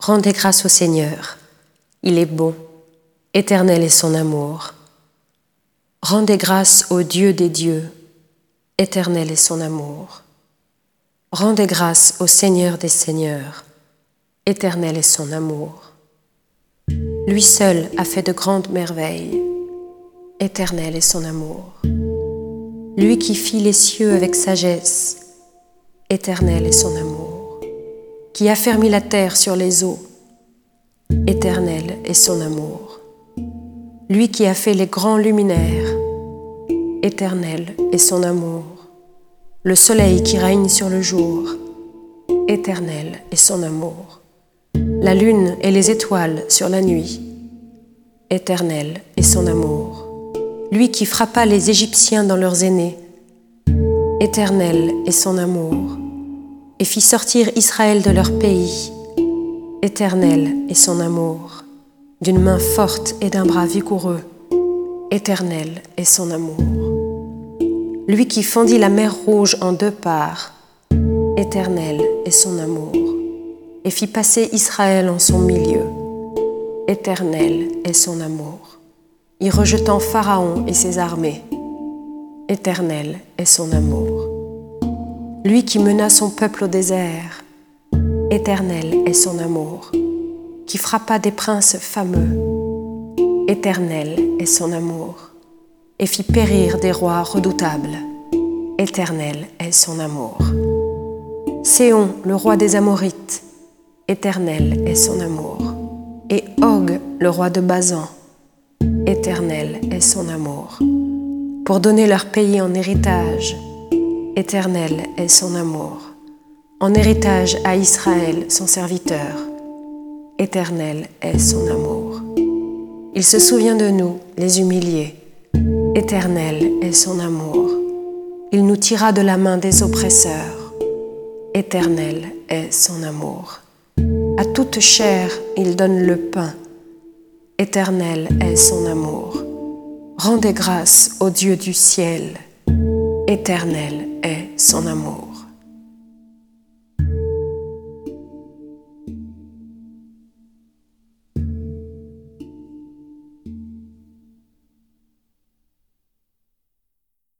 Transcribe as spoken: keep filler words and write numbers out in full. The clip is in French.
Rendez grâce au Seigneur, il est bon, éternel est son amour. Rendez grâce au Dieu des dieux, éternel est son amour. Rendez grâce au Seigneur des seigneurs, éternel est son amour. Lui seul a fait de grandes merveilles, éternel est son amour. Lui qui fit les cieux avec sagesse, éternel est son amour. Qui a fermi la terre sur les eaux, éternel est son amour. Lui qui a fait les grands luminaires, éternel est son amour. Le soleil qui règne sur le jour, éternel est son amour. La lune et les étoiles sur la nuit, éternel est son amour. Lui qui frappa les Égyptiens dans leurs aînés, éternel est son amour. Et fit sortir Israël de leur pays, éternel est son amour. D'une main forte et d'un bras vigoureux, éternel est son amour. Lui qui fendit la mer Rouge en deux parts, éternel est son amour. Et fit passer Israël en son milieu, éternel est son amour. Y rejetant Pharaon et ses armées, éternel est son amour. Lui qui mena son peuple au désert, éternel est son amour. Qui frappa des princes fameux, éternel est son amour. Et fit périr des rois redoutables, éternel est son amour. Séhon, le roi des Amorites, éternel est son amour. Et Og, le roi de Basan, éternel est son amour. Pour donner leur pays en héritage, éternel est son amour. En héritage à Israël, son serviteur, éternel est son amour. Il se souvient de nous, les humiliés, éternel est son amour. Il nous tira de la main des oppresseurs, éternel est son amour. À toute chair, il donne le pain, éternel est son amour. Rendez grâce au Dieu du ciel, éternel est son amour.